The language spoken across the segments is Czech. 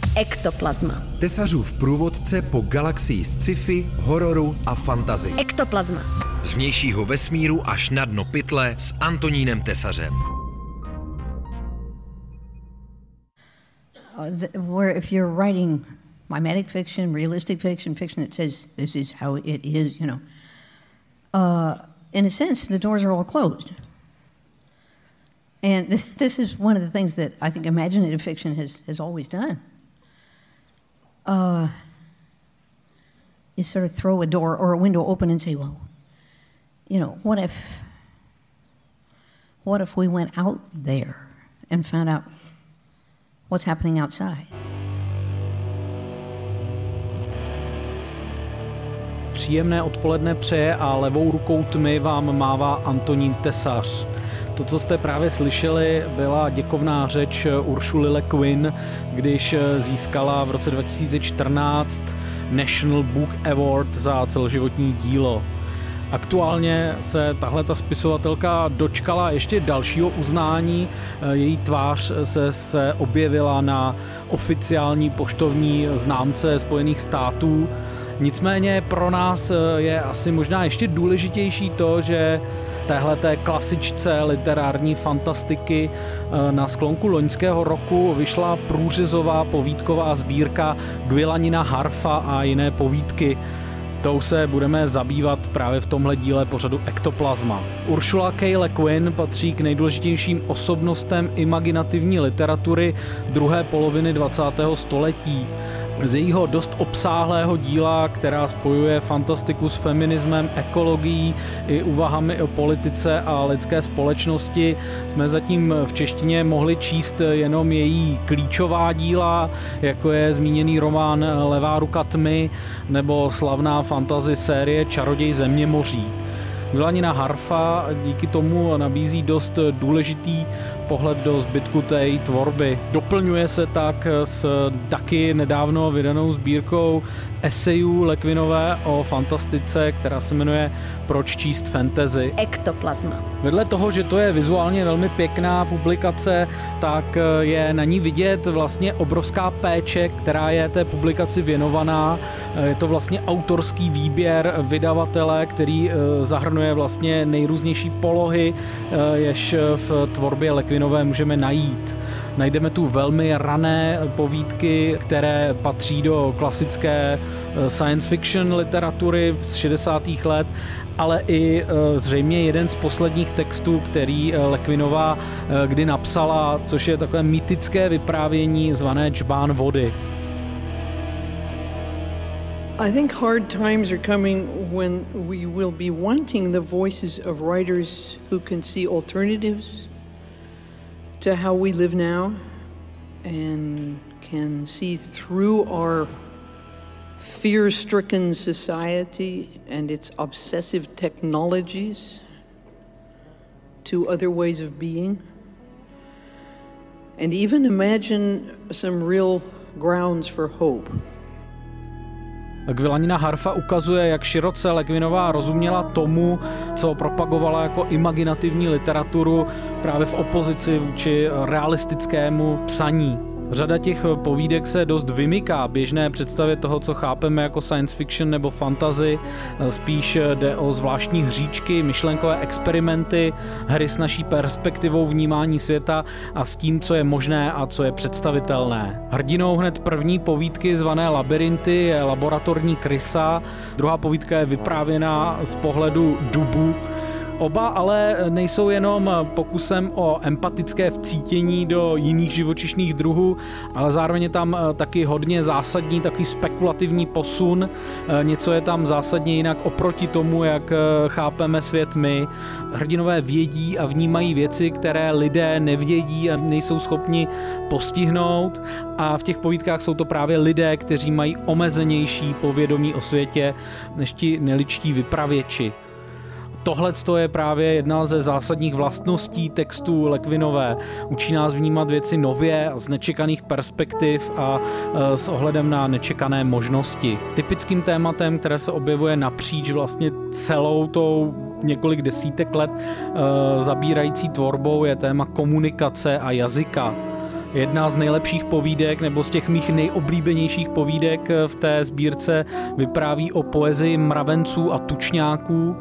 Ektoplazma. Tesařův průvodce po galaxii sci-fi, hororu a fantasy. Ektoplazma. Z vnějšího vesmíru až na dno pytle s Antonínem Tesařem. Where if you're writing mimetic fiction, realistic fiction that says this is how it is, in a sense, the doors are all closed. And this is one of the things that I think imaginative fiction has always done. You sort of throw a door or a window open and say, well, what if we went out there and found out what's happening outside? Příjemné odpoledne přeje a levou rukou tmy vám mává Antonín Tesař. To, co jste právě slyšeli, byla děkovná řeč Ursuly Le Guin, když získala v roce 2014 National Book Award za celoživotní dílo. Aktuálně se tahleta spisovatelka dočkala ještě dalšího uznání. Její tvář se objevila na oficiální poštovní známce Spojených států. Nicméně pro nás je asi možná ještě důležitější to, že téhleté klasičce literární fantastiky na sklonku loňského roku vyšla průřezová povídková sbírka Gwilanina Harfa a jiné povídky. Tou se budeme zabývat právě v tomhle díle pořadu Ektoplazma. Ursula K. Le Guin patří k nejdůležitějším osobnostem imaginativní literatury druhé poloviny 20. století. Z jejího dost obsáhlého díla, která spojuje fantastiku s feminismem, ekologií i úvahami o politice a lidské společnosti, jsme zatím v češtině mohli číst jenom její klíčová díla, jako je zmíněný román Levá ruka tmy nebo slavná fantasy série Čaroděj zeměmoří. Gwilanina Harfa díky tomu nabízí dost důležitý pohled do zbytku té tvorby. Doplňuje se tak s taky nedávno vydanou sbírkou esejů Le Guinové o fantastice, která se jmenuje Proč číst fantasy. Ektoplazma. Vedle toho, že to je vizuálně velmi pěkná publikace, tak je na ní vidět vlastně obrovská péče, která je té publikaci věnovaná. Je to vlastně autorský výběr vydavatele, který zahrnuje vlastně nejrůznější polohy, jež v tvorbě Le Guinové můžeme najít. Najdeme tu velmi rané povídky, které patří do klasické science fiction literatury z 60. let, ale i zřejmě jeden z posledních textů, který Le Guinová kdy napsala, což je takové mýtické vyprávění zvané Džbán vody. I think hard times are coming when we will be wanting the voices of writers who can see alternatives to how we live now and can see through our fear-stricken society and its obsessive technologies to other ways of being, and even imagine some real grounds for hope. Gwilanina Harfa ukazuje, jak široce Le Guinová rozuměla tomu, co propagovala jako imaginativní literaturu právě v opozici vůči realistickému psaní. Řada těch povídek se dost vymyká běžné představě toho, co chápeme jako science fiction nebo fantasy. Spíš jde o zvláštní hříčky, myšlenkové experimenty, hry s naší perspektivou vnímání světa a s tím, co je možné a co je představitelné. Hrdinou hned první povídky zvané Labyrinty je laboratorní krysa, druhá povídka je vyprávěná z pohledu dubu. Oba ale nejsou jenom pokusem o empatické vcítění do jiných živočišných druhů, ale zároveň je tam taky hodně zásadní, takový spekulativní posun. Něco je tam zásadně jinak oproti tomu, jak chápeme svět my. Hrdinové vědí a vnímají věci, které lidé nevědí a nejsou schopni postihnout. A v těch povídkách jsou to právě lidé, kteří mají omezenější povědomí o světě než ti neličtí vypravěči. Tohle je právě jedna ze zásadních vlastností textů Le Guinové. Učí nás vnímat věci nově, z nečekaných perspektiv a s ohledem na nečekané možnosti. Typickým tématem, které se objevuje napříč vlastně celou tou několik desítek let zabírající tvorbou, je téma komunikace a jazyka. Jedna z nejlepších povídek, nebo z těch mých nejoblíbenějších povídek v té sbírce vypráví o poezii mravenců a tučňáků.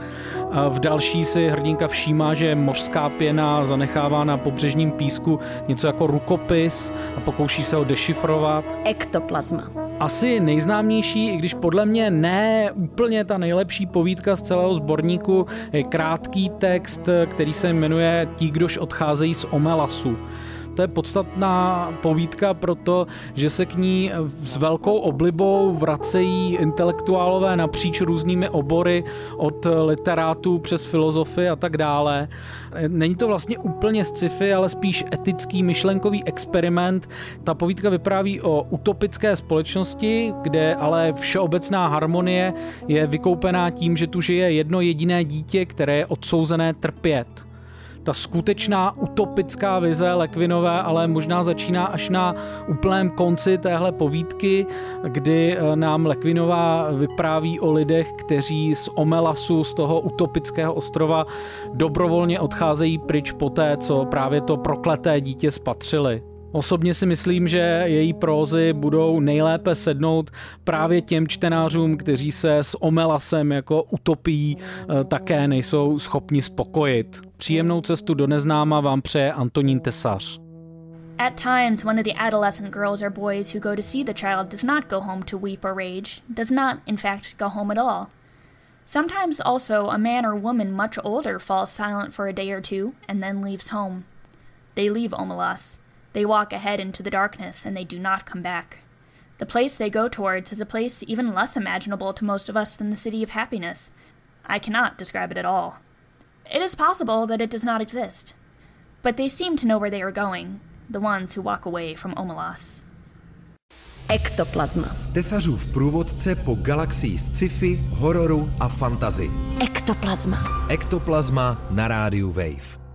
V další si hrdinka všímá, že mořská pěna zanechává na pobřežním písku něco jako rukopis a pokouší se ho dešifrovat. Ektoplazma. Asi nejznámější, i když podle mě ne úplně ta nejlepší povídka z celého sborníku, je krátký text, který se jmenuje Ti, kdož odcházejí z Omelasu. To je podstatná povídka, protože se k ní s velkou oblibou vracejí intelektuálové napříč různými obory, od literátů přes filozofii a tak dále. Není to vlastně úplně sci-fi, ale spíš etický myšlenkový experiment. Ta povídka vypráví o utopické společnosti, kde ale všeobecná harmonie je vykoupená tím, že tu žije jedno jediné dítě, které je odsouzené trpět. Ta skutečná utopická vize Le Guinové ale možná začíná až na úplném konci téhle povídky, kdy nám Le Guinová vypráví o lidech, kteří z Omelasu, z toho utopického ostrova, dobrovolně odcházejí pryč poté, co právě to prokleté dítě spatřili. Osobně si myslím, že její prózy budou nejlépe sednout právě těm čtenářům, kteří se s Omelasem jako utopií také nejsou schopni spokojit. Příjemnou cestu do neznáma vám přeje Antonín Tesař. At times, one of the adolescent girls or boys who go to see the child does not go home to weep or rage, does not, in fact, go home at all. Sometimes also a man or woman much older falls silent for a day or two and then leaves home. They leave Omelas. They walk ahead into the darkness and they do not come back. The place they go towards is a place even less imaginable to most of us than the city of happiness. I cannot describe it at all. It is possible that it does not exist. But they seem to know where they are going, the ones who walk away from Omelas. Ektoplazma. Tesařův průvodce po galaxii sci-fi, hororu a fantasy. Ektoplazma. Ektoplazma na rádiu Wave.